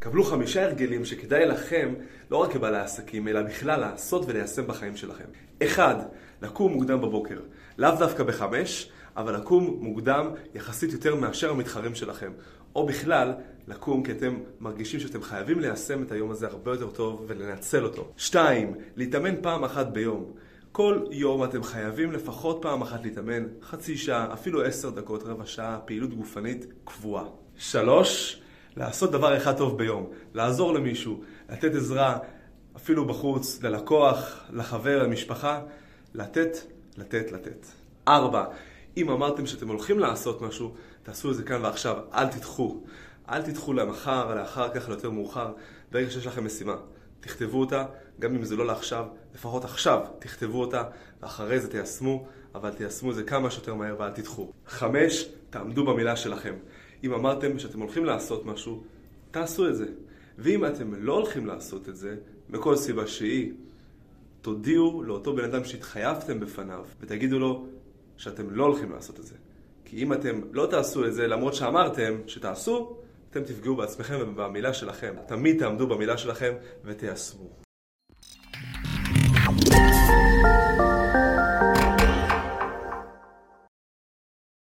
קבלו 5 הרגלים שכדאי לכם, לא רק כבעלי העסקים, אלא בכלל לעשות וליישם בחיים שלכם. 1. לקום מוקדם בבוקר. לאו דווקא ב5, אבל לקום מוקדם יחסית יותר מאשר המתחרים שלכם. או בכלל, לקום כי אתם מרגישים שאתם חייבים ליישם את היום הזה הרבה יותר טוב ולנצל אותו. 2. להתאמן פעם אחת ביום. כל יום אתם חייבים לפחות פעם אחת להתאמן, חצי שעה, אפילו 10 דקות, רבע שעה, פעילות גופנית קבועה. 3. לעשות דבר אחד טוב ביום, לעזור למישהו, לתת עזרה, אפילו בחוץ, ללקוח, לחבר, למשפחה, לתת. 4. אם אמרתם שאתם הולכים לעשות משהו, תעשו את זה כאן ועכשיו, אל תדחו. אל תדחו למחר, לאחר כך, ליותר מאוחר, ברגע שיש לכם משימה. תכתבו אותה, גם אם זה לא לעכשיו, לפחות עכשיו תכתבו אותה, ואחרי זה תיישמו, אבל תיישמו את זה כמה שיותר מהר ואל תדחו. 5. תעמדו במילה שלכם. אם אמרתם שאתם הולכים לעשות משהו, תעשו את זה. ואם אתם לא הולכים לעשות את זה, מכל סיבה שהיא, תודיעו לאותו בן אדם שהתחייבתם בפניו, ותגידו לו שאתם לא הולכים לעשות את זה. כי אם אתם לא תעשו את זה, למרות שאמרתם שתעשו, אתם תפגעו בעצמכם ובמילה שלכם. תמיד תעמדו במילה שלכם ותיישמו.